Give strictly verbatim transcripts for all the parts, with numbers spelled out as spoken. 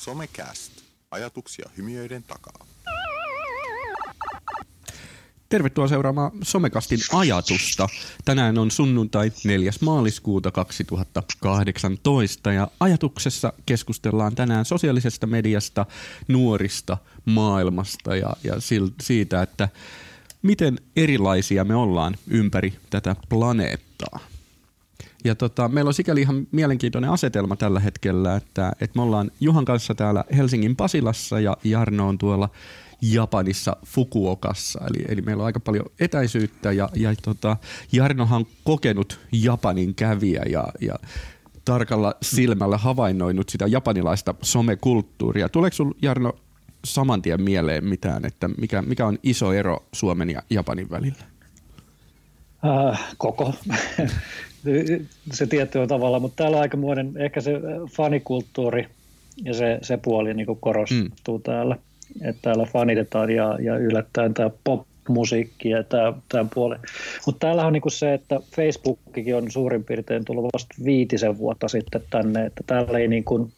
Somecast. Ajatuksia hymiöiden takaa. Tervetuloa seuraamaan Somecastin ajatusta. Tänään on sunnuntai neljäs maaliskuuta kaksituhattakahdeksantoista ja ajatuksessa keskustellaan tänään sosiaalisesta mediasta, nuorista, maailmasta ja, ja siitä, että miten erilaisia me ollaan ympäri tätä planeettaa. Ja tota, meillä on sikäli ihan mielenkiintoinen asetelma tällä hetkellä, että, että me ollaan Juhan kanssa täällä Helsingin Pasilassa ja Jarno on tuolla Japanissa Fukuokassa. Eli, eli meillä on aika paljon etäisyyttä ja, ja tota, Jarnohan on kokenut Japanin kävijä ja, ja tarkalla silmällä havainnoinut sitä japanilaista somekulttuuria. Tuleeko sinulla, Jarno, saman tien mieleen mitään, että mikä, mikä on iso ero Suomen ja Japanin välillä? Äh, koko. Se tietyllä tavalla, mutta täällä on aikamoinen ehkä se fanikulttuuri ja se, se puoli niin kuin korostuu mm. täällä. Että täällä fanitetaan ja, ja yllättäen tämä pop-musiikki ja tämä, tämä puoli. Mutta täällä on niinku se, että Facebookikin on suurin piirtein tullut vasta viitisen vuotta sitten tänne, että täällä ei niinku,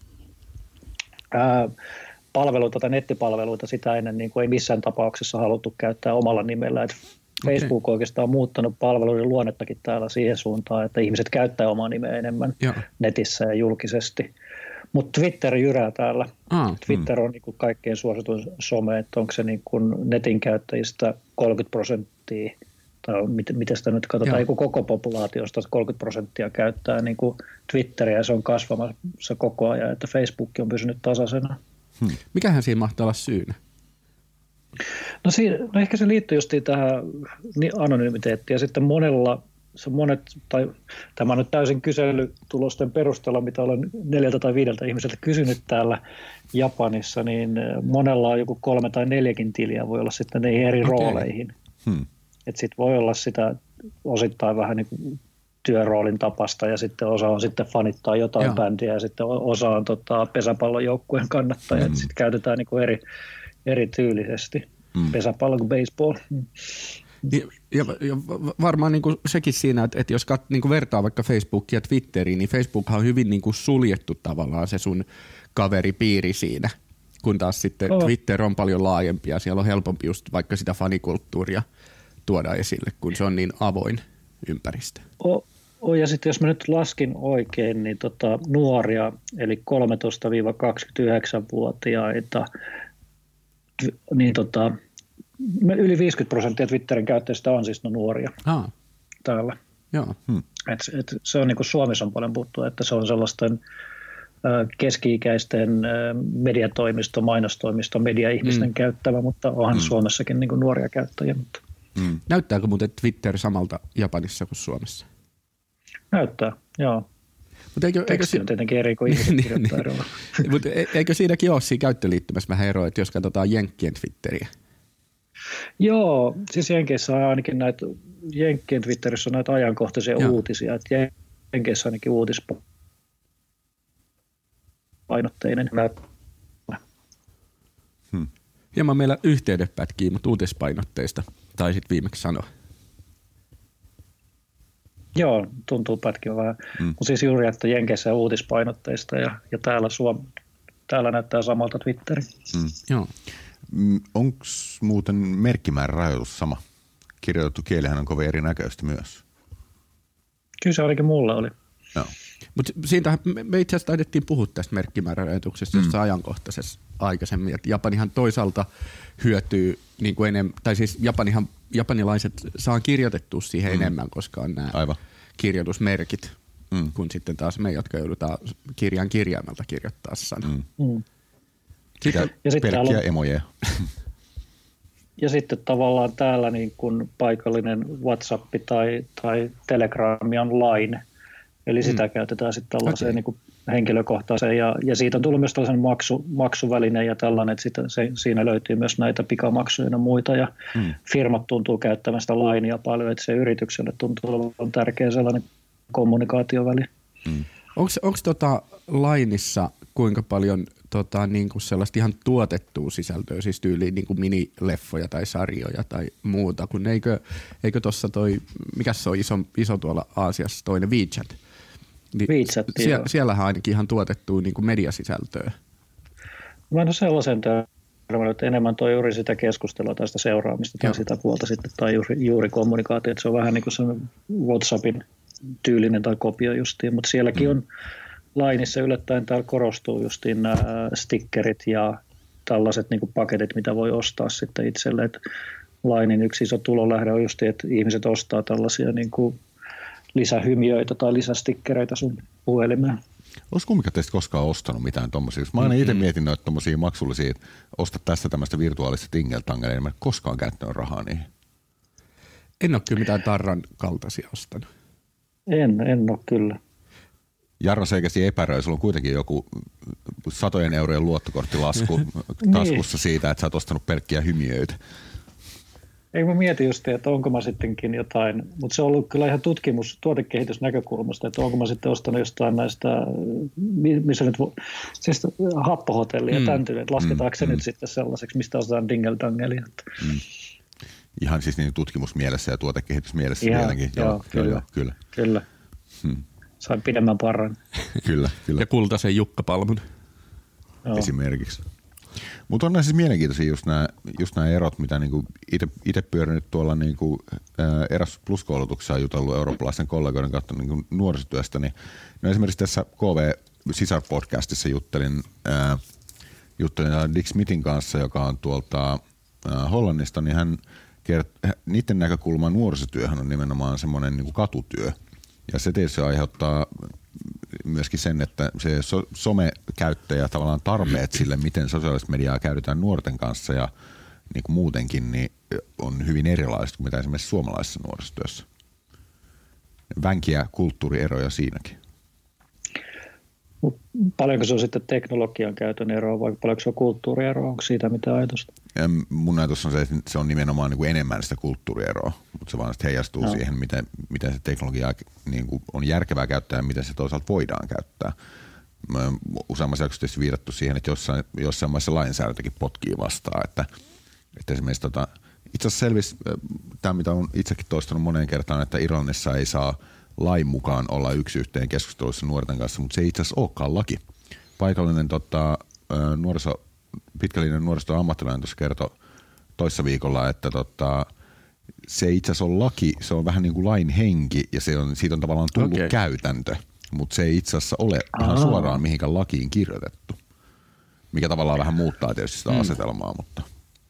ää, palveluita tai nettipalveluita sitä ennen niinku ei missään tapauksessa haluttu käyttää omalla nimellä. Et Facebook okay. oikeastaan on muuttanut palveluiden luonnettakin täällä siihen suuntaan, että ihmiset käyttää omaa nimeä enemmän ja. netissä ja julkisesti. Mutta Twitter jyrää täällä. Ah, Twitter hmm. on niinku kaikkein suosituin some, että onko se niinku netin käyttäjistä kolmekymmentä prosenttia, tai mit, miten sitä nyt katsotaan, koko populaatiosta kolmekymmentä prosenttia käyttää niinku Twitteriä ja se on kasvamassa koko ajan, että Facebook on pysynyt tasaisena. Hmm. Mikähän siinä mahtaa olla syynä? No, siinä, no ehkä se liittyy justiin tähän anonymiteettiin ja sitten monella, se monet, tai tämä on nyt täysin kyselytulosten perusteella, mitä olen neljältä tai viideltä ihmiseltä kysynyt täällä Japanissa, niin monella on joku kolme tai neljäkin tiliä, voi olla sitten niihin eri okay. rooleihin. Hmm. Että sitten voi olla sitä osittain vähän niin kuin työroolin tapasta ja sitten osa on sitten fanittaa jotain Joo. bändiä ja sitten osa on tota, pesäpallojoukkueen kannattaja, hmm. että sitten käytetään niin kuin eri, eri tyylisesti. Hmm. Pesäpallo kuin baseball. Hmm. Ja, ja, ja varmaan niin kuin sekin siinä, että, että jos kat, niin kuin vertaa vaikka Facebookia ja Twitteriin, niin Facebook on hyvin niin kuin suljettu tavallaan se sun kaveripiiri siinä, kun taas sitten oh. Twitter on paljon laajempi ja siellä on helpompi just vaikka sitä fanikulttuuria tuoda esille, kun se on niin avoin ympäristö. Oh, oh, ja sitten jos mä nyt laskin oikein, niin tota, nuoria, eli kolmetoista kaksikymmentäyhdeksän-vuotiaita, niin tota, yli viisikymmentä prosenttia Twitterin käyttäjistä on siis no nuoria ah. täällä. Joo. Hmm. Et, et se on niin kuin Suomessa on paljon puhuttu, että se on sellaisten äh, keski-ikäisten äh, mediatoimisto, mainostoimisto, media-ihmisten hmm. käyttävä, mutta onhan hmm. Suomessakin niin kuin nuoria käyttäjiä. Mutta. Hmm. Näyttääkö muuten Twitter samalta Japanissa kuin Suomessa? Näyttää, joo. Mut eikö, Teksti eikö, on tietenkin eri kuin ihmiset kirjoittaa erolla. Mutta eikö siinäkin ole siinä käyttöliittymässä vähän eroa, että jos katsotaan Jenkkien Twitteriä? Joo, siis Jenkeissä on ainakin näitä, Jenkkien Twitterissä on näitä ajankohtaisia Joo. uutisia, että Jenkeissä on ainakin uutispainotteinen. Hmm. Hieman meillä yhteydet pätkii, mutta uutispainotteista taisit viimeksi sanoa. Joo, tuntuu pätkivä vähän. Hmm. Mutta siis juuri, että Jenkeissä on uutispainotteista ja, ja täällä, Suom- täällä näyttää samalta Twitteri. Hmm. Joo. Onko muuten merkkimäärä rajoitus sama? Kirjoitettu kielihän on kovin erinäköistä myös. Kyllä se ainakin mulla oli. Joo. Mutta siitä me itse asiassa taidettiin puhua tästä merkkimäärärajoituksesta mm. jossain ajankohtaisessa aikaisemmin. Et Japanihan toisaalta hyötyy, niin kuin enem, tai siis Japanihan, japanilaiset saa kirjoitettua siihen mm. enemmän, koska on nämä Aivan. kirjoitusmerkit, mm. kun sitten taas me, jotka joudutaan kirjan kirjaimelta kirjoittaa sanan. Mm. Mm. Sitten, ja sitten pelkkiä on, emojeja. Ja sitten tavallaan täällä niin kuin paikallinen WhatsApp tai, tai Telegram on Line, eli sitä mm. käytetään sitten tällaiseen okay. niin kuin henkilökohtaiseen, ja, ja siitä on tullut myös tällaisen maksu, maksuväline ja tällainen, että sitä, se, siinä löytyy myös näitä pikamaksuja ja muita, ja mm. firmat tuntuu käyttämään sitä Linea paljon, että se yritykselle tuntuu olevan tärkeä sellainen kommunikaatioväli. Mm. Onko tota Lineissa kuinka paljon tota, niin kuin sellaista ihan tuotettua sisältöä, siis tyyliin niin kuin minileffoja tai sarjoja tai muuta, kun eikö, eikö tuossa toi, mikä se on iso, iso tuolla Aasiassa, toinen WeChat? Niin WeChat, sie, siellähän ainakin ihan tuotettua niin kuin mediasisältöä. Mä en ole sellaisen törmännyt, että enemmän tuo juuri sitä keskustelua tai sitä seuraamista tai Joo. sitä puolta sitten, tai juuri, juuri kommunikaatio, että se on vähän niin kuin se WhatsAppin tyylinen tai kopio justiin, mutta sielläkin mm. on Lineissa yllättäen täällä korostuu justiin nämä stickerit ja tällaiset niin kuin paketit, mitä voi ostaa sitten itselle. Et Linen yksi iso tulonlähde on just, että ihmiset ostaa tällaisia niin kuin lisähymiöitä tai lisästikkereitä sun puhelimeen. Olisiko kumminkaan teistä koskaan ostanut mitään tommosia? Mä aina itse mietin noita tommosia maksullisia, että osta tästä tämmöistä virtuaalista tingeltangelia, niin mä en koskaan käyttänyt rahaa niihin. En ole kyllä mitään tarran kaltaisia ostanut. En, en ole kyllä. Jarno selkeästi epäröi, sulla on kuitenkin joku satojen eurojen luottokorttilasku taskussa siitä, että sä oot ostanut pelkkiä hymiöitä. Ei mä mietin just, että onko mä sittenkin jotain, mutta se on ollut kyllä ihan tutkimus, tuotekehitysnäkökulmasta, että onko mä sitten ostanut jostain näistä, missä nyt, siis happohotellia ja mm. tämän tyyliin, että lasketaanko mm. se mm. nyt sitten sellaiseksi, mistä ostetaan dingeldangelia. Mm. Ihan siis niin tutkimusmielessä ja tuotekehitysmielessä ihan, vieläkin. Joo, joo, kyllä. Joo, kyllä. Kyllä. Hmm. Sain pidemmän parran. Kyllä, kyllä. Ja kultaisen jukkapalmun. Joo. Esimerkiksi. Mutta on näin siis mielenkiintoisia just nämä, just nämä erot, mitä niinku itse pyörinyt tuolla niinku, ää, Erasmus Plus-koulutuksessa on jutellut eurooppalaisten kollegoiden kautta niinku nuorisotyöstä. Niin, no esimerkiksi tässä K V-sisarpodcastissa juttelin, ää, juttelin Dick Smithin kanssa, joka on tuolta ää, Hollannista, niin hän kert- niiden näkökulma nuorisotyöhön on nimenomaan semmoinen niinku katutyö. Ja se tietysti aiheuttaa myöskin sen, että se so- somekäyttäjä tavallaan tarpeet sille, miten sosiaalista mediaa käytetään nuorten kanssa ja niin kuin muutenkin, niin on hyvin erilaiset kuin mitä esimerkiksi suomalaisessa nuorisotyössä. Vänkiä kulttuurieroja siinäkin. Paljonko se on sitten teknologian käytön eroa vai paljonko se on kulttuurieroa? Onko siitä mitään ajatusta? Ja mun ajatus on se, että se on nimenomaan niin kuin enemmän sitä kulttuurieroa, mutta se vaan heijastuu no. siihen, miten, miten se teknologia niin kuin on järkevää käyttää ja miten se toisaalta voidaan käyttää. Useammassa jaksossa tietysti viitattu siihen, että jossain, jossain maissa lainsäädäntökin potkii vastaan. Että, että esimerkiksi tota, itse asiassa selvisi, tämä mitä olen itsekin toistanut moneen kertaan, että Irlannissa ei saa lain mukaan olla yksi yhteen keskustelussa nuorten kanssa, mutta se ei itse asiassa olekaan laki. Paikallinen tota, nuoriso, pitkällinen nuoriso ammattilainen tuossa kertoi toissa viikolla, että tota, se ei itse asiassa ole laki, se on vähän niin kuin lain henki ja se on, siitä on tavallaan tullut okay. käytäntö, mutta se ei itse asiassa ole Aa. ihan suoraan mihinkään lakiin kirjoitettu, mikä tavallaan vähän muuttaa tietysti sitä mm. asetelmaa, mutta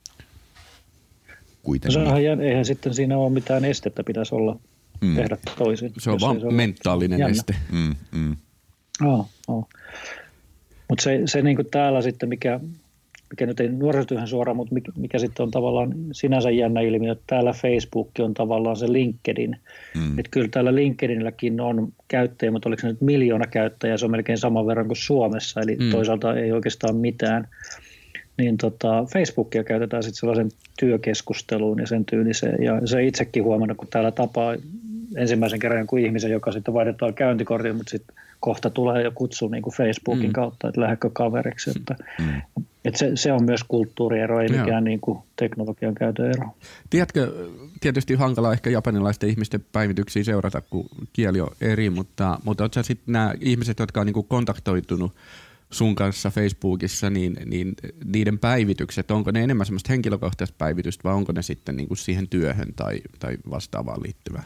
kuitenkin. No sehän, eihän sitten siinä ole mitään estettä pitäisi olla. Mm. tehdä toisin. Se on vaan se on mentaalinen jännä. este. Mm, mm. Oh, oh. Mutta se, se niinku täällä sitten, mikä, mikä nyt ei nuorisotyöhön suoraan, mutta mikä, mikä sitten on tavallaan sinänsä jännä ilmiö, että täällä Facebook on tavallaan se LinkedIn. Mm. Että kyllä täällä LinkedInilläkin on käyttäjä, mutta oliko se nyt miljoona käyttäjää, se on melkein saman verran kuin Suomessa, eli mm. toisaalta ei oikeastaan mitään. Niin tota, Facebookia käytetään sitten sellaisen työkeskusteluun ja sen tyyliseen. Ja se itsekin huomannut, kun täällä tapaa ensimmäisen kerran joku ihmisen, joka sitten vaihdetaan käyntikortin, mutta sitten kohta tulee jo kutsu niin kuin Facebookin mm. kautta, että lähdekö kaveriksi. Että, mm. että se, se on myös kulttuuriero, ei Joo. mikään niin kuin teknologian käytön ero. Tiedätkö, tietysti hankalaa ehkä japanilaisten ihmisten päivityksiä seurata, kun kieli on eri, mutta, mutta oletko sitten nämä ihmiset, jotka on niin kuin kontaktoitunut sun kanssa Facebookissa, niin, niin niiden päivitykset, onko ne enemmän semmoista henkilökohtaista päivitystä vai onko ne sitten niin kuin siihen työhön tai, tai vastaavaan liittyvää?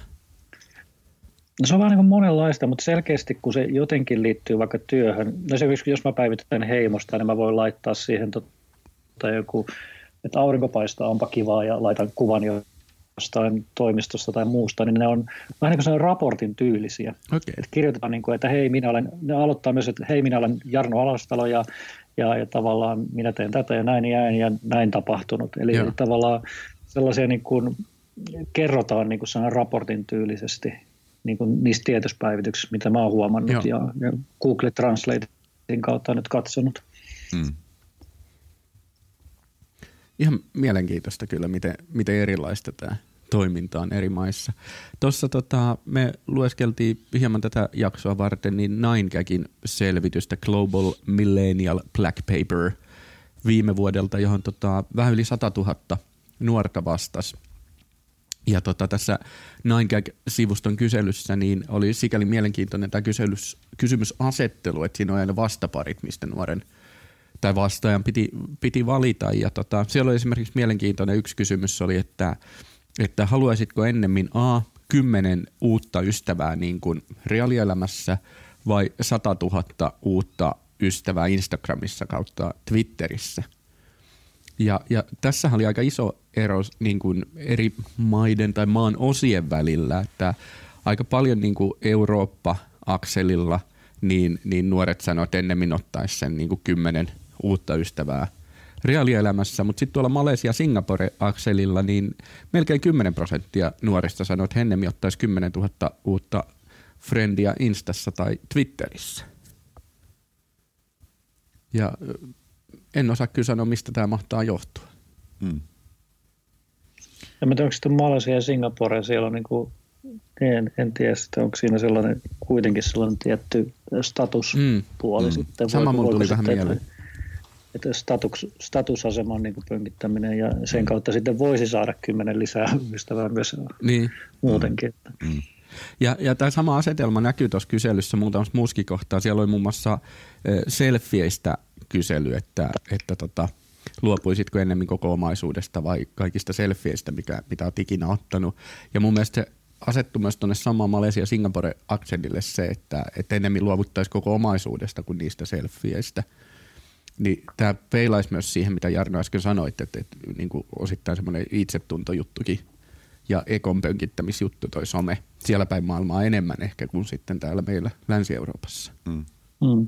No se on vähän niin kuin monenlaista, mutta selkeästi kun se jotenkin liittyy vaikka työhön, no se, jos mä päivitän heimosta, niin mä voin laittaa siihen tai joku, että aurinko paistaa, onpa kivaa ja laitan kuvan jostain toimistosta tai muusta, niin ne on vähän niin kuin sellainen raportin tyylisiä. Okay. Että kirjoitetaan, niin kuin, että hei, minä olen, ne aloittaa myös, että hei, minä olen Jarno Alastalo ja, ja, ja tavallaan minä teen tätä ja näin ja näin ja näin tapahtunut. Eli, eli tavallaan sellaisia niin kuin, kerrotaan niin kuin sellainen raportin tyylisesti niin kuin niistä tietospäivityksistä, mitä mä oon huomannut ja, ja Google Translatein kautta on nyt katsonut. Hmm. Ihan mielenkiintoista kyllä, miten, miten erilaista tämä toiminta on eri maissa. Tuossa tota, me lueskeltiin hieman tätä jaksoa varten niin nine gagin selvitystä Global Millennial Black Paper viime vuodelta, johon tota, vähän yli satatuhatta nuorta vastasi. Ja tota, tässä nine gag-sivuston kyselyssä niin oli sikäli mielenkiintoinen tämä kysymys, kysymysasettelu, että siinä on aina vastaparit, mistä nuoren tai vastaajan piti, piti valita. Ja tota, siellä oli esimerkiksi mielenkiintoinen yksi kysymys oli, että, että haluaisitko ennemmin A, kymmenen uutta ystävää niin kuin reaalielämässä vai satatuhatta uutta ystävää Instagramissa kautta Twitterissä. Ja, ja tässä oli aika iso ero niin kuin eri maiden tai maan osien välillä, että aika paljon niin kuin Eurooppa-akselilla niin, niin nuoret sanoivat, että ennemmin ottaisi sen niin kuin kymmenen uutta ystävää reaalielämässä, mutta sitten tuolla Malesia Singapore-akselilla niin melkein kymmenen prosenttia nuorista sanoi, että he ennemmin ottaisi kymmenen tuhatta uutta friendia Instassa tai Twitterissä. Ja en osaa kyllä sanoa, mistä tämä mahtaa johtua. Hmm. Ja mä tiedän, onko sitten Malesia ja Singapore, siellä on niin kuin, en, en tiedä, onko siinä sellainen, kuitenkin sellainen tietty statuspuoli. Mm. Sitten. Sama voiko, mulla tuli voiko vähän sitten, mieleen. Että status, statusaseman niin kuin pönkittäminen ja sen kautta sitten voisi saada kymmenen lisää ystävää myös niin. muutenkin. Mm. Ja, ja tämä sama asetelma näkyy tuossa kyselyssä muutamassa muussakin kohtaa. Siellä oli muun muassa äh, selfieistä kysely, että, että tota, luopuisitko ennemmin koko omaisuudesta vai kaikista selfieistä, mikä, mitä olet ikinä ottanut. Ja mun mielestä se asettui myös tuonne samaan Malesia Singapore-akselille se, että, että ennemmin luovuttaisi koko omaisuudesta kuin niistä selfieistä. Niin tämä peilaisi myös siihen, mitä Jarno äsken sanoit, että, että niin kuin osittain semmoinen itsetuntojuttukin ja ekon pönkittämisjuttu toi some siellä päin maailmaa enemmän ehkä kuin sitten täällä meillä Länsi-Euroopassa. Mm. Mm.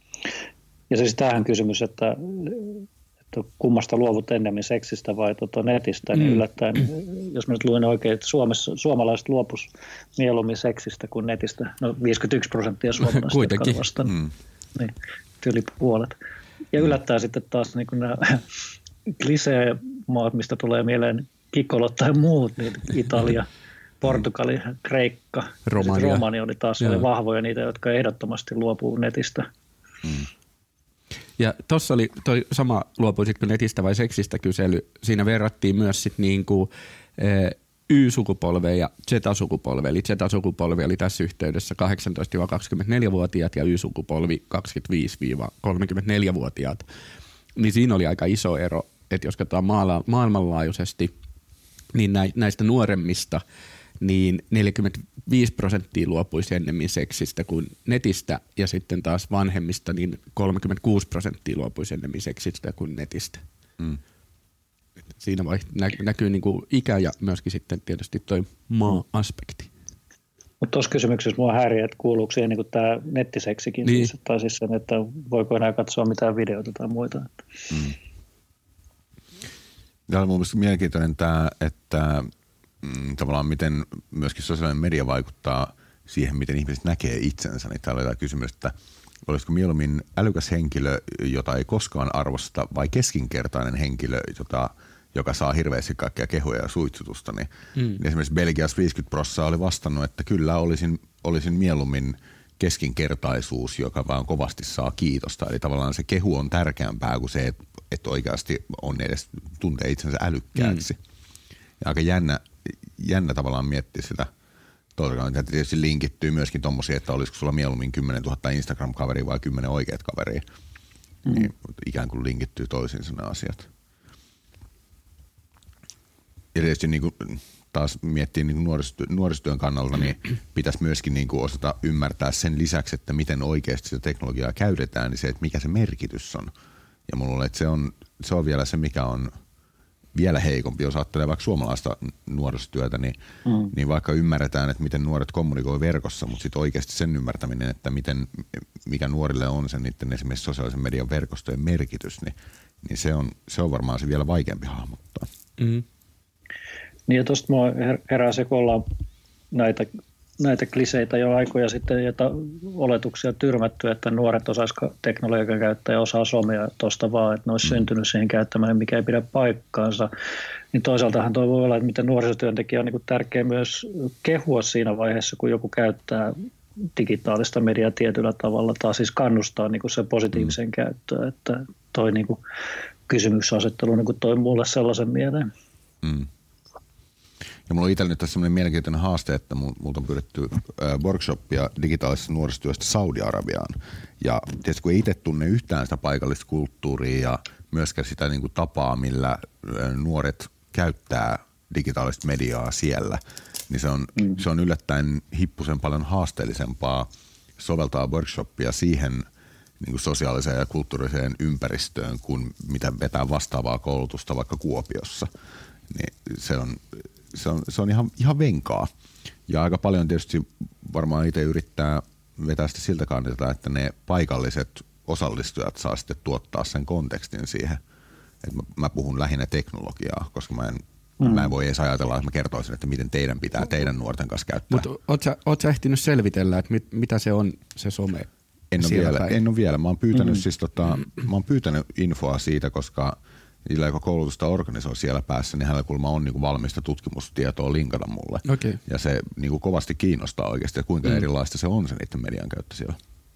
Ja siis tämähän kysymys, että, että kummasta luovut ennemmin seksistä vai tuota netistä, niin mm. yllättäen, jos mä nyt luin oikein, että Suomessa, suomalaiset luopus mieluummin seksistä kuin netistä. No viisikymmentäyksi prosenttia suomalaisista, jotka on vastannut. Mm. Niin, yli puolet. Ja yllättää sitten taas niin kuin nämä klisee-maat, mistä tulee mieleen kikolot tai muut, niin Italia, Portugali, Kreikka, Romania, Romania oli taas oli vahvoja niitä, jotka ehdottomasti luopuu netistä. Mm. Ja tuossa oli toi sama luopuisitko netistä vai seksistä kysely. Siinä verrattiin myös sit niinku, e, Y-sukupolvea ja Z-sukupolvea. Eli Z-sukupolvi oli tässä yhteydessä kahdeksantoista–kaksikymmentäneljä-vuotiaat ja Y-sukupolvi kaksikymmentäviisi–kolmekymmentäneljä-vuotiaat. Niin siinä oli aika iso ero, että jos katsotaan maala- maailmanlaajuisesti, niin näistä nuoremmista niin neljäkymmentäviisi prosenttia luopuisi ennemmin seksistä kuin netistä ja sitten taas vanhemmista niin kolmekymmentäkuusi prosenttia luopuisi ennemmin seksistä kuin netistä. Mm. Siinä vai nä- näkyy niinku ikä ja myöskin sitten tietysti toi maa-aspekti. Mutta tuossa kysymyksessä mua häiriä, että kuuluuko siihen niin tämä nettiseksikin, niin. siis, tai siis sen, että voiko enää katsoa mitään videoita tai muita. Mm. Tämä on mun mielestä mielenkiintoinen tämä, että mm, tavallaan miten myöskin sosiaalinen media vaikuttaa siihen, miten ihmiset näkee itsensä. Niin täällä oli tämä kysymys, että olisiko mieluummin älykäs henkilö, jota ei koskaan arvosta, vai keskinkertainen henkilö, jota, joka saa hirveästi kaikkia kehuja ja suitsutusta. Niin, mm. niin esimerkiksi Belgiassa viisikymmentä prosenttia oli vastannut, että kyllä olisin, olisin mieluummin keskinkertaisuus, joka vaan kovasti saa kiitosta. Eli tavallaan se kehu on tärkeämpää kuin se, että, että oikeasti on edes tuntee itsensä älykkääksi. Mm. Ja aika jännä, jännä tavallaan miettiä sitä. Toisaalta tämä tietysti linkittyy myöskin tommosia, että olisiko sulla mieluummin kymmenen tuhatta Instagram-kaveria vai kymmenen oikeat kaveria. Mm. Niin ikään kuin linkittyy toisiinsa nämä asiat. Ja tietysti niin kuin taas miettii niin kuin nuorisotyön, nuorisotyön kannalta, niin pitäisi myöskin niin kuin osata ymmärtää sen lisäksi, että miten oikeasti sitä teknologiaa käytetään, niin se, että mikä se merkitys on. Ja mulla luulen, että se on, se on vielä se, mikä on vielä heikompi, jos ajattelee vaikka suomalaista nuorisotyötä, niin, mm. niin vaikka ymmärretään, että miten nuoret kommunikoi verkossa, mutta sitten oikeasti sen ymmärtäminen, että miten, mikä nuorille on sen niiden esimerkiksi sosiaalisen median verkostojen merkitys, niin, niin se, on, se on varmaan se vielä vaikeampi hahmottaa. Mm. Niin ja tuosta mua herää se, kun ollaan näitä, näitä kliseitä jo aikoja sitten ja oletuksia tyrmätty, että nuoret osaisivat teknologian käyttää ja osaa somea tuosta vaan, että ne olisi syntynyt siihen käyttämään, mikä ei pidä paikkaansa. Niin toisaaltahan toi voi olla, että miten nuorisotyöntekijä on niin kuin tärkeä myös kehua siinä vaiheessa, kun joku käyttää digitaalista mediaa tietyllä tavalla, tai siis kannustaa niin kuin sen positiiviseen mm. käyttöön, että toi niin kuin kysymyksenasettelu niin kuin toi mulle sellaisen mieleen. Mm. Ja mulla on itsellä nyt tässä sellainen mielenkiintoinen haaste, että multa on pyydetty äh, workshoppia digitaalisesta nuorisotyöstä Saudi-Arabiaan. Ja tietysti kun ei itse tunne yhtään sitä paikallista kulttuuria ja myöskään sitä niin kuin tapaa, millä äh, nuoret käyttää digitaalista mediaa siellä, niin se on, mm. se on yllättäen hippusen paljon haasteellisempaa soveltaa workshopia siihen niin kuin sosiaaliseen ja kulttuuriseen ympäristöön kuin mitä vetää vastaavaa koulutusta vaikka Kuopiossa. Niin se on, se on, se on ihan, ihan venkaa. Ja aika paljon tietysti varmaan itse yrittää vetää sitä siltä kannalta, että ne paikalliset osallistujat saa sitten tuottaa sen kontekstin siihen. Et mä, mä puhun lähinnä teknologiaa, koska mä en, mm. mä en voi edes ajatella, että mä kertoisin, että miten teidän pitää teidän nuorten kanssa käyttää. Mutta oot sä, oot sä ehtinyt selvitellä, että mit, mitä se on se some? En ole, vielä, en ole vielä. Mä oon pyytänyt, mm. siis tota, mä oon pyytänyt infoa siitä, koska niillä, joka koulutusta organisoi siellä päässä, niin hänellä kuulemma on niinku valmista tutkimustietoa linkata mulle. Okay. Ja se niinku kovasti kiinnostaa oikeasti, että kuinka mm. erilaista se on se niiden median käyttö siellä.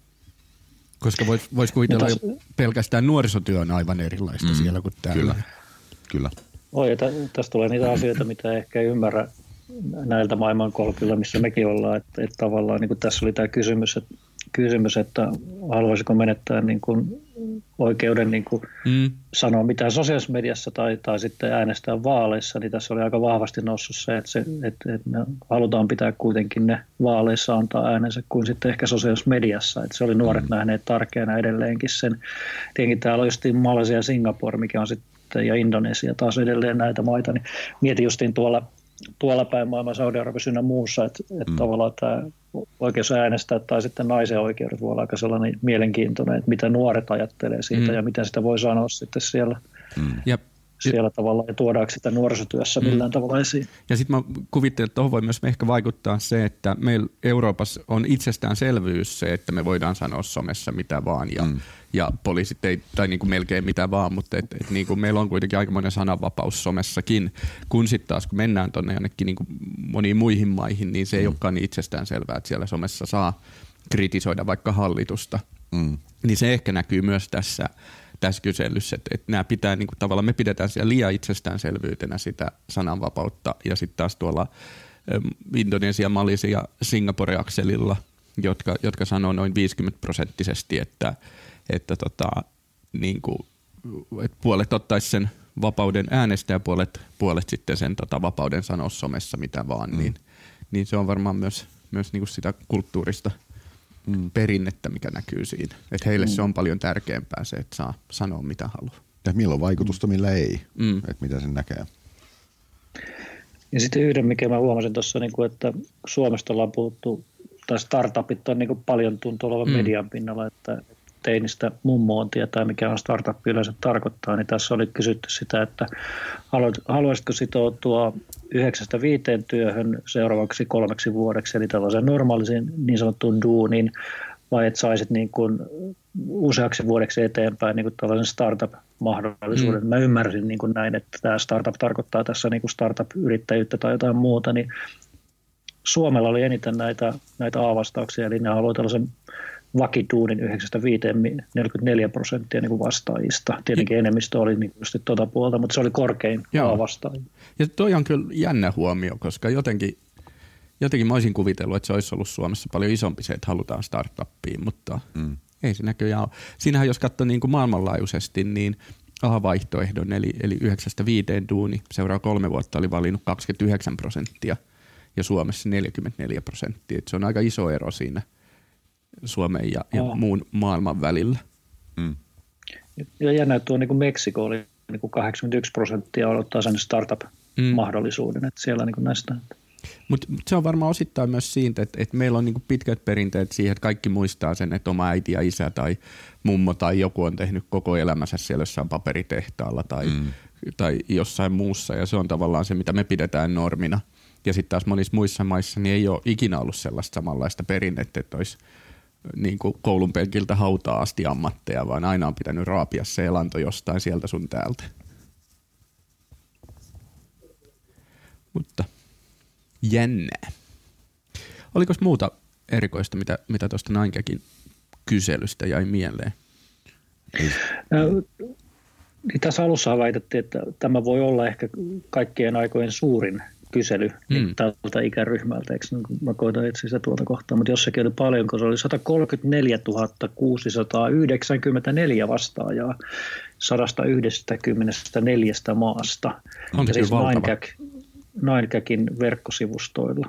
Koska vois, vois kuvitella jo pelkästään nuorisotyö on aivan erilaista mm. siellä kuin täällä. Kyllä, kyllä. Oi, ja tästä tulee niitä asioita, mitä ehkä ei ymmärrä näiltä maailmankolkilla, missä mekin ollaan. Että, että tavallaan niin kuin tässä oli tämä kysymys, että kysymys, että haluaisiko menettää niin kuin oikeuden niin kuin mm. sanoa mitään sosiaalisessa mediassa tai, tai sitten äänestää vaaleissa, niin tässä oli aika vahvasti noussut se, että, se, että, että me halutaan pitää kuitenkin ne vaaleissa antaa äänensä kuin sitten ehkä sosiaalisessa mediassa. Että se oli nuoret mm. nähneet tärkeänä edelleenkin sen. Tietenkin täällä on justiin Malaisia ja Singapore, mikä on sitten, ja Indonesia taas edelleen näitä maita, niin mietin justiin tuolla tuolla päin maailman Saudi-Arabiassa ynnä muussa, että, että mm. tavallaan tämä oikeus äänestää tai sitten naisen oikeudet voi olla aika sellainen mielenkiintoinen, että mitä nuoret ajattelee siitä mm. ja miten sitä voi sanoa sitten siellä, mm. siellä tavallaan ja tuodaanko sitä nuorisotyössä mm. millään tavalla esiin. Ja sitten mä kuvittelen, että tuohon voi myös ehkä vaikuttaa se, että meillä Euroopassa on itsestäänselvyys se, että me voidaan sanoa somessa mitä vaan ja mm. ja poliisit ei, tai niin kuin melkein mitä vaan, mutta et, et niin kuin meillä on kuitenkin aikamoinen sananvapaus somessakin, kun sitten taas kun mennään tuonne jonnekin niin kuin moniin muihin maihin, niin se ei mm. olekaan niin itsestään selvää, että siellä somessa saa kritisoida vaikka hallitusta. Mm. Niin se ehkä näkyy myös tässä, tässä kyselyssä, että, että nämä pitää niin kuin tavallaan, me pidetään siellä liian itsestäänselvyytenä sitä sananvapautta ja sitten taas tuolla Indonesia, Malisia, Singapore-akselilla, jotka, jotka sanoo noin viisikymmentä prosenttisesti, että että tota, niin kuin, et puolet ottaisi sen vapauden äänestää ja puolet, puolet sitten sen tota, vapauden sanoa somessa mitä vaan, mm. niin, niin se on varmaan myös, myös niin kuin sitä kulttuurista mm. perinnettä, mikä näkyy siinä. Että heille mm. se on paljon tärkeämpää se, että saa sanoa mitä haluaa. Ja milloin vaikutusta, millä ei, mm. että mitä sen näkee. Ja sitten yhden, mikä mä huomasin tuossa, että Suomesta ollaan puhuttu, tai startupit on niin paljon tuntuu olevan mm. median pinnalla, että teinistä mummoon tietää, mikä on startup yleensä tarkoittaa, niin tässä oli kysytty sitä, että haluaisitko sitoutua yhdeksästä viiteen työhön seuraavaksi kolmeksi vuodeksi, eli tällaisen normaalisiin niin sanottuun duuniin, vai että saisit niin kuin useaksi vuodeksi eteenpäin niin kuin tällaisen startup-mahdollisuuden. Mm. Mä ymmärsin niin kuin näin, että tämä startup tarkoittaa tässä niin kuin startup-yrittäjyyttä tai jotain muuta, niin Suomella oli eniten näitä, näitä A-vastauksia, eli ne haluaa tällaisen vakiduunin yhdeksästä viiteen neljäkymmentäneljä prosenttia niin kuin vastaajista. Tietenkin enemmistö oli niin just tuota puolta, mutta se oli korkein A-vastaajia. Ja toi on kyllä jännä huomio, koska jotenkin, jotenkin mä olisin kuvitellut, että se olisi ollut Suomessa paljon isompi se, että halutaan startuppiin, mutta mm. ei se näköjään ole. Siinähän jos katsoo niin kuin maailmanlaajuisesti, niin A-vaihtoehdon eli, eli yhdeksästä viiteen duuni seuraa kolme vuotta oli valinnut kaksikymmentäyhdeksän prosenttia ja Suomessa neljäkymmentäneljä prosenttia. Se on aika iso ero siinä Suomen ja, ja muun maailman välillä. Mm. Ja jännä, että tuo niin kuin Meksiko oli niin kuin kahdeksankymmentäyksi prosenttia odottaa sen startup-mahdollisuuden, mm. että siellä niin kuin näistä. Mutta mut se on varmaan osittain myös siitä, että, että meillä on niin kuin pitkät perinteet siihen, että kaikki muistaa sen, että oma äiti ja isä tai mummo tai joku on tehnyt koko elämänsä siellä jossain paperitehtaalla tai, mm. tai jossain muussa, ja se on tavallaan se, mitä me pidetään normina. Ja sitten taas monissa muissa maissa niin ei ole ikinä ollut sellaista samanlaista perinnettä, että olisi niin kuin koulun penkiltä hautaa asti ammatteja, vaan aina on pitänyt raapia se elanto jostain sieltä sun täältä. Mutta jännää. Oliko muuta erikoista, mitä, mitä tuosta Nainkäkin kyselystä jäi mieleen? No, niin tässä alussa väitettiin, että tämä voi olla ehkä kaikkien aikojen suurin kysely mm. niin tältä ikäryhmältä, eikö mä koitan etsiä sitä tuolta kohtaa, mutta jossakin oli paljon, kun se oli sata kolmekymmentäneljätuhatta kuusisataayhdeksänkymmentäneljä vastaajaa sata yhdeksänkymmentäneljä maasta. On ja siis valtava. Ninecacin verkkosivustoilla.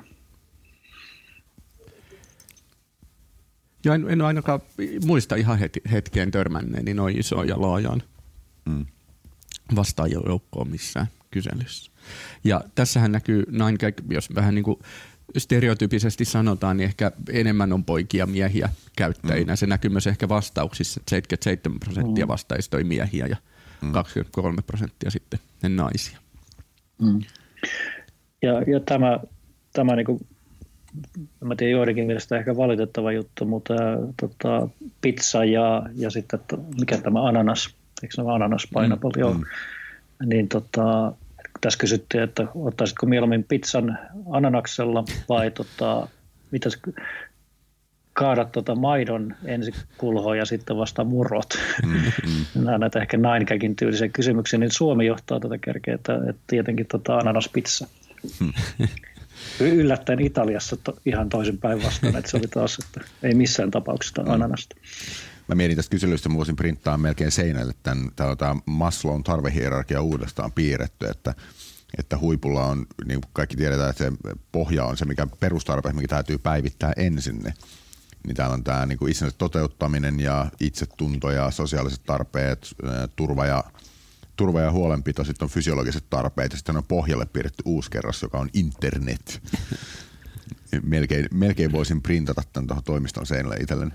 Ja en, en ainakaan muista ihan heti, hetkeen törmänneeni noin isoon ja laajaan mm. vastaajajoukkoon missään kyselyssä. Ja tässähän näkyy Ninecac, jos vähän niin kuin stereotypisesti sanotaan, niin ehkä enemmän on poikia miehiä käyttäjinä. Mm. Se näkyy myös ehkä vastauksissa, että seitsemänkymmentäseitsemän prosenttia vastaajista oli miehiä ja mm. kaksikymmentäkolme prosenttia sitten ne naisia. Mm. Ja, ja tämä, tämä niin kuin, mä tiedän joidenkin mielestä ehkä valitettava juttu, mutta tota, pizza ja, ja sitten mikä tämä ananas, eikö se ole ananas pineapple, mm. joo, mm. niin tota, tässä kysyttiin, että ottaisitko mieluummin pizzan ananaksella vai tota, mitäs, kaadat tota maidon ensin kulhoon ja sitten vasta murrot. Mm-hmm. Nämä näitä ehkä Ninecacin tyylisiä kysymyksiä, niin Suomi johtaa tätä kärkeä, että, että tietenkin tota ananaspizza. Mm. Yllättäen Italiassa to, ihan toisen päin vastaan, että se oli taas, että ei missään tapauksessa mm. ananasta. Mä mietin tästä kyselystä, mä voisin printtaa melkein seinälle tämän, tämän Maslown tarvehierarkia uudestaan piirretty, että, että huipulla on, niin kuin kaikki tiedetään, että se pohja on se, mikä perustarpeet, mikä täytyy päivittää ensin. Niin täällä on tämä niin kuin itsensä toteuttaminen ja itsetunto ja sosiaaliset tarpeet, turva ja, turva ja huolenpito, sitten on fysiologiset tarpeet ja sitten on pohjalle piirretty uusi kerros, joka on internet. melkein, melkein voisin printata tämän tuohon toimiston seinälle itselleni.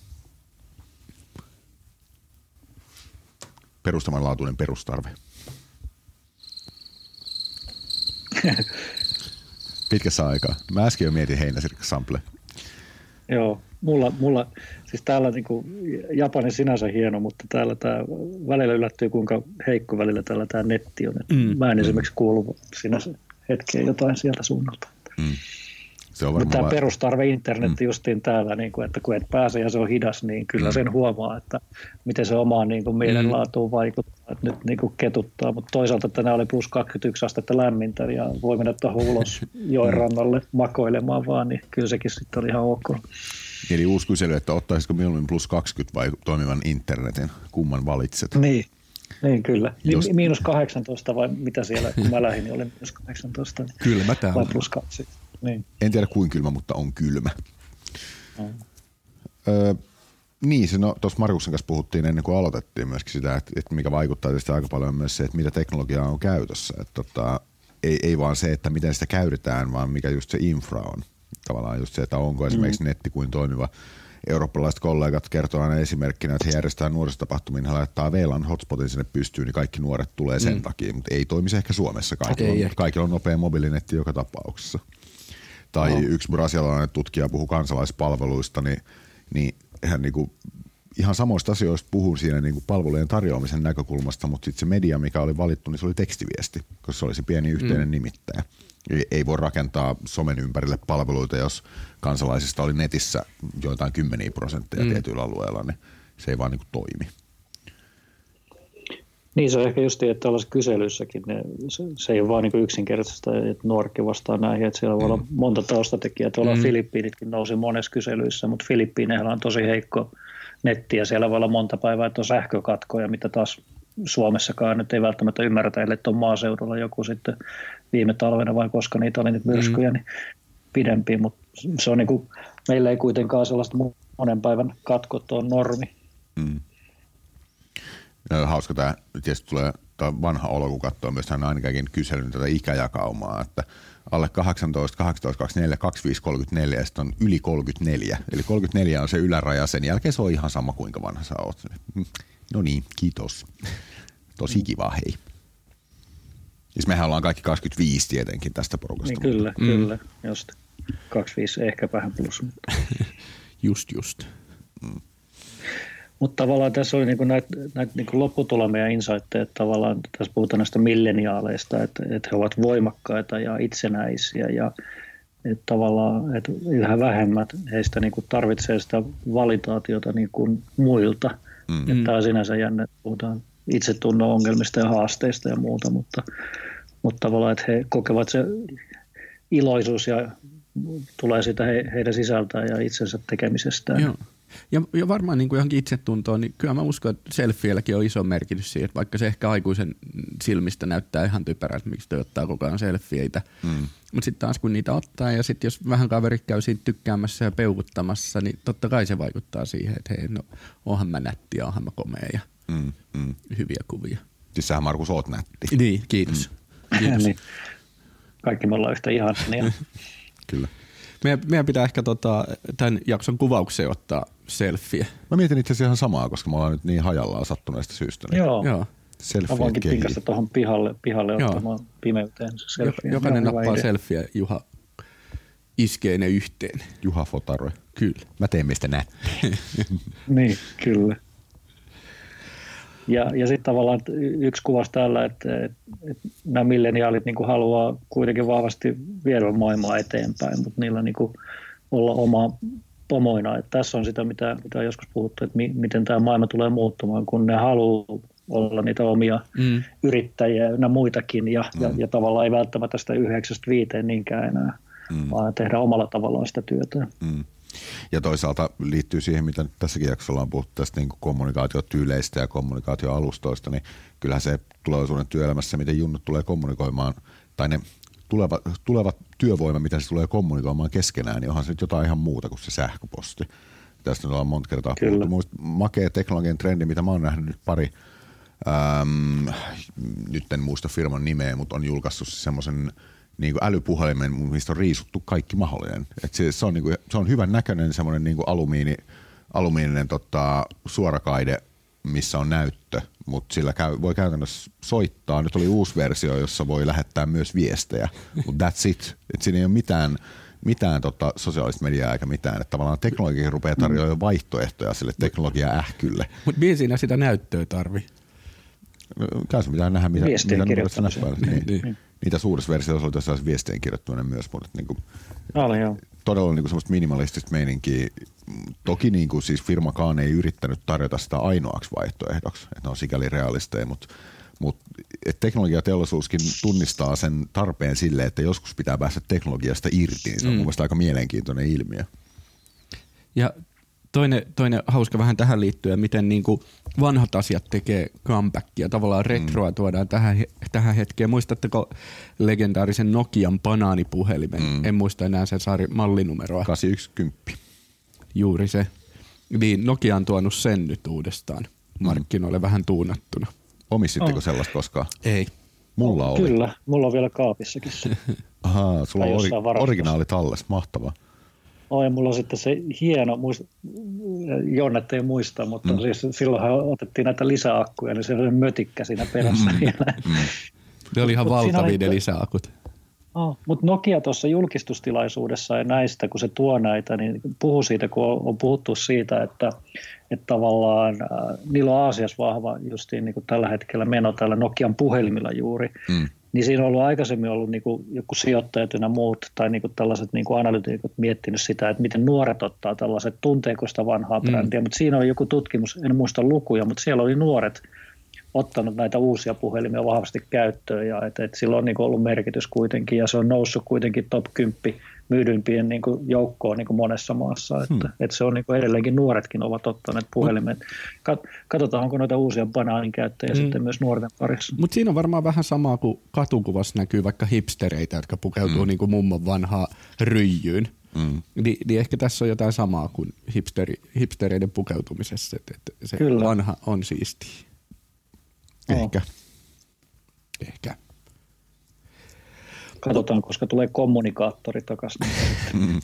Perustavanlaatuinen perustarve. Pitkässä aikaa. Mä äsken jo mietin heinäsirkkasample. Joo, mulla, mulla siis täällä niinku, Japani sinänsä hieno, mutta täällä tää välillä yllättyy, kuinka heikko välillä täällä tää netti on. Mm. Mä en esimerkiksi kuulu sinänsä hetkeen jotain sieltä suunnalta. Mm. Mutta tämä perustarve internetti mm. justiin täällä, niin kuin, että kun et pääse ja se on hidas, niin kyllä mm. sen huomaa, että miten se omaan niin kuin mielenlaatuun vaikuttaa, että nyt niin kuin ketuttaa. Mutta toisaalta tänään oli plus kaksikymmentäyksi astetta lämmintä ja voi mennä tuohon ulos joen rannalle makoilemaan vaan, niin kyllä sekin sitten oli ihan ok. Eli uusi kysely, että ottaisitko mieluummin plus kaksikymmentä vai toimivan internetin, kumman valitset? Niin, niin kyllä. Jos... Miinus kahdeksantoista vai mitä siellä, kun mä lähdin, niin oli miinus kahdeksantoista. Niin kylmä täällä. Vai plus kaksikymmentä. Niin. En tiedä kuin kylmä, mutta on kylmä. Mm. Öö, niin, se no, tuossa Markuksen kanssa puhuttiin ennen kuin aloitettiin myöskin sitä, että, että mikä vaikuttaa tietysti aika paljon myös se, että mitä teknologiaa on käytössä. Että, tota, ei, ei vaan se, että miten sitä käytetään, vaan mikä just se infra on. Tavallaan just se, että onko esimerkiksi mm. netti kuin toimiva. Eurooppalaiset kollegat kertoo aina esimerkkinä, että he järjestää nuorisotapahtumiin, he laittaa V LAN hotspotin sinne pystyyn, niin kaikki nuoret tulee sen mm. takia, mutta ei toimi se ehkä Suomessa. Kaikilla on, kaikilla on nopea mobiilinetti joka tapauksessa. Tai no. yksi brasilialainen tutkija puhuu kansalaispalveluista, niin, niin hän niinku ihan samoista asioista puhuu siinä niinku palvelujen tarjoamisen näkökulmasta, mutta sitten se media, mikä oli valittu, niin se oli tekstiviesti, koska se oli se pieni yhteinen mm. nimittäjä. Ei voi rakentaa somen ympärille palveluita, jos kansalaisista oli netissä joitain kymmeniä prosentteja mm. tietyillä alueilla, niin se ei vaan niin kuin toimi. Niin se on ehkä just, että tällaisessa kyselyssäkin ne, se, se ei ole vaan niin yksinkertaista, että nuorikki vastaa näihin, että siellä voi mm. olla monta taustatekijää. Tuolla mm. Filippiinitkin nousi monessa kyselyssä, mutta Filippiineillä on tosi heikko netti ja siellä voi olla monta päivää, että on sähkökatkoja, mitä taas Suomessakaan nyt ei välttämättä ymmärretä, että on maaseudulla joku sitten viime talvena vai koska niitä oli niitä myrskyjä, mm. niin pidempi, mutta se on niin kuin, meillä ei kuitenkaan sellaista monen päivän katkot on normi. Mm. Hauska tämä, tietysti tulee tämä vanha olo, kun katsoo myös tämän Ninecacin kyselyn tätä ikäjakaumaa, että alle kahdeksantoista, kahdeksantoista, kaksikymmentäneljä, kaksikymmentäviisi, kolmekymmentäneljä ja sitten on yli kolmekymmentäneljä. Eli kolmekymmentäneljä on se yläraja, sen jälkeen se on ihan sama kuinka vanha sä oot. No niin, kiitos. Tosi kiva, hei. Siis mehän ollaan kaikki kaksikymmentäviisi tietenkin tästä porukasta. Niin kyllä, mutta. kyllä, just. kaksikymmentäviisi ehkä vähän plus. Mutta. just, just. Mm. Mutta tavallaan tässä oli niinku näitä, näitä niinku lopputulemia ja insightteja, että tavallaan tässä puhutaan näistä milleniaaleista, että, että he ovat voimakkaita ja itsenäisiä ja että tavallaan että yhä vähemmät heistä niinku tarvitsee sitä valitaatiota niinku muilta. Mm. Että tämä on sinänsä jännä, että puhutaan itsetunnon ongelmista ja haasteista ja muuta, mutta, mutta tavallaan, että he kokevat se iloisuus ja tulee sitä he, heidän sisältään ja itsensä tekemisestään. Joo. Ja, ja varmaan niin kuin johonkin itsetuntoon, niin kyllä mä uskon, että selfieilläkin on iso merkitys siihen, että vaikka se ehkä aikuisen silmistä näyttää ihan typerältä, miksi toi ottaa koko ajan selfieitä. Mm. Mutta sitten taas kun niitä ottaa ja sitten jos vähän kaverit käy siinä tykkäämässä ja peukuttamassa, niin totta kai se vaikuttaa siihen, että hei, no onhan mä nätti ja onhan mä komea ja mm, mm. hyviä kuvia. Siis sähän Markus oot nätti. Niin, kiitos. Mm. kiitos. niin. Kaikki me ollaan yhtä ihania. Kyllä. Meidän, meidän pitää ehkä tota, tämän jakson kuvaukseen ottaa selfie. Mä mietin itse asiassa ihan samaa, koska me ollaan nyt niin hajallaan sattuneesta syystä. Niin Joo. Joo. Mä voinkin pinkasta tuohon pihalle, pihalle ottamaan pimeyteen selfie. Jokainen nappaa selfie, Juha iskee ne yhteen. Juha fotaroi. Kyllä. Mä teen meistä nättiä. Niin, kyllä. Ja, ja sitten tavallaan yksi kuvasi täällä, että, että, että nämä milleniaalit niin kuin haluaa kuitenkin vahvasti viedä maailmaa eteenpäin, mutta niillä niin kuin olla oma pomoina. Että tässä on sitä, mitä, mitä on joskus puhuttu, että mi, miten tämä maailma tulee muuttumaan, kun ne haluaa olla niitä omia mm. yrittäjiä ja muitakin, ja, mm. ja, ja tavallaan ei välttämättä sitä yhdeksästä viiteen niinkään enää, mm. vaan tehdä omalla tavallaan sitä työtä. Mm. Ja toisaalta liittyy siihen, mitä nyt tässäkin jaksolla on puhuttu tästä niin kuin kommunikaatiotyyleistä ja kommunikaatioalustoista, niin kyllähän se tulevaisuuden työelämässä, miten junnut tulee kommunikoimaan, tai ne tuleva, tulevat työvoima, miten se tulee kommunikoimaan keskenään, niin onhan se nyt jotain ihan muuta kuin se sähköposti. Tästä nyt ollaan monta kertaa puhuttu. Muista makea teknologian trendi, mitä mä oon nähnyt nyt pari, äm, nyt en muista firman nimeä, mutta on julkaissut semmoisen niin kuin älypuhelimen, mistä on riisuttu kaikki mahdollinen. Et se, se, on niin kuin, se on hyvän näköinen semmoinen niin kuin alumiini, alumiininen tota, suorakaide, missä on näyttö, mutta sillä käy, voi käytännössä soittaa. Nyt oli uusi versio, jossa voi lähettää myös viestejä, mutta that's it. Et siinä ei ole mitään, mitään tota, sosiaalista mediaa eikä mitään. Et tavallaan teknologia rupeaa tarjoamaan mm. vaihtoehtoja sille teknologia-ähkylle. Mutta mihin siinä sitä näyttöä tarvii? Kai se pitää nähdä, mitä, mitä kirjoittamisen. Niin. Niin. Niitä suurissa versioissa oli tässä viestien kirjoittaminen myös, mutta niin kuin, Oli, joo. todella niin kuin semmoista minimalistista meininkiä. Toki niin kuin, siis firmakaan ei yrittänyt tarjota sitä ainoaksi vaihtoehdoksi, että ne on sikäli realisteja, mutta, mutta että teknologiateollisuuskin tunnistaa sen tarpeen sille, että joskus pitää päästä teknologiasta irti, niin se on mm. mun mielestä aika mielenkiintoinen ilmiö. Ja toinen, toinen hauska vähän tähän liittyen, miten niin kuin vanhat asiat tekee comebackia, tavallaan retroa mm. tuodaan tähän, tähän hetkeen. Muistatteko legendaarisen Nokian banaanipuhelimen? Mm. En muista enää sen saari mallinumeroa. kahdeksansataakymmenen. Juuri se. Niin Nokia on tuonut sen nyt uudestaan markkinoille mm. vähän tuunattuna. Omistitteko oh. sellaista koskaan? Ei. Mulla oli. Kyllä, mulla on vielä kaapissakin se. Ahaa, sulla on ori- originaali talles, mahtavaa. Oh, ja mulla on sitten se hieno, muist, Jonnet ei muista, mutta mm. siis silloinhan otettiin näitä lisäakkuja, niin se oli mötikkä siinä perässä mm. vielä. Mm. Ne oli ihan mut valtavia ne lisäakut. Oh, mutta Nokia tuossa julkistustilaisuudessa ja näistä, kun se tuo näitä, niin puhu siitä, kun on, on puhuttu siitä, että, että tavallaan äh, niillä on Aasiassa vahva justiin niin kuin tällä hetkellä meno täällä Nokian puhelimilla juuri. Mm. Niin siinä on ollut aikaisemmin ollut niin kuin joku sijoittajat ja muut tai niin kuin tällaiset niin kuin analytiikot miettinyt sitä, että miten nuoret ottaa tällaiset, tunteeko sitä vanhaa brändiä. Mm. Mutta siinä oli joku tutkimus, en muista lukuja, mutta siellä oli nuoret ottanut näitä uusia puhelimia vahvasti käyttöön ja että et sillä on niin kuin ollut merkitys kuitenkin ja se on noussut kuitenkin top kymmenen myydyimpien niin kuin joukkoon niin kuin monessa maassa. Että, hmm. että se on niin kuin edelleenkin nuoretkin ovat ottaneet puhelimet. Katsotaan, onko noita uusia banaanin käyttäjiä hmm. sitten myös nuorten parissa. Mutta siinä on varmaan vähän samaa kuin katukuvassa näkyy vaikka hipstereitä, jotka pukeutuu hmm. niin kuin mummon vanhaa ryijyyn. Mm. Ni, niin ehkä tässä on jotain samaa kuin hipsteri, hipstereiden pukeutumisessa, että, että se Kyllä. vanha on siistiä. Ehkä. Oh. Ehkä. Katsotaan, koska tulee kommunikaattori takaisin. Mm.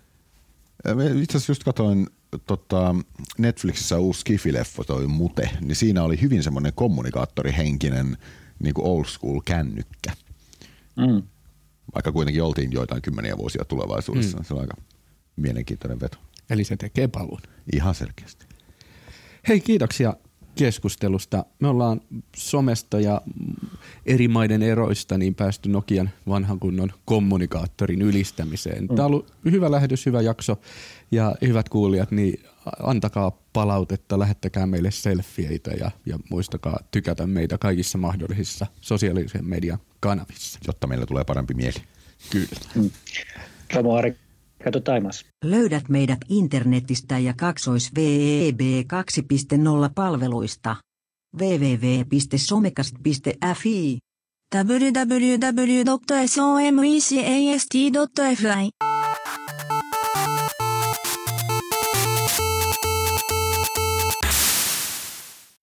Itse asiassa just katsoin tota, Netflixissä uusi Skifi-leffa, toi Mute, niin siinä oli hyvin semmoinen kommunikaattorihenkinen niin kuin old school kännykkä. Mm. Vaikka kuitenkin oltiin joitain kymmeniä vuosia tulevaisuudessa. Mm. Se on aika mielenkiintoinen veto. Eli se tekee paluun. Ihan selkeästi. Hei, kiitoksia keskustelusta. Me ollaan somesta ja eri maiden eroista niin päästy Nokian vanhan kunnon kommunikaattorin ylistämiseen. Tämä on ollut hyvä lähetys, hyvä jakso ja hyvät kuulijat, niin antakaa palautetta, lähettäkää meille selfieitä ja, ja muistakaa tykätä meitä kaikissa mahdollisissa sosiaalisen median kanavissa. Jotta meillä tulee parempi mieli. Kyllä. Mm. Samoin arigato taimasu. Löydät meidät internetistä ja kaksois web kaksi piste nolla palveluista. double-u double-u double-u piste somecast piste f i double-u double-u double-u piste somecast piste f i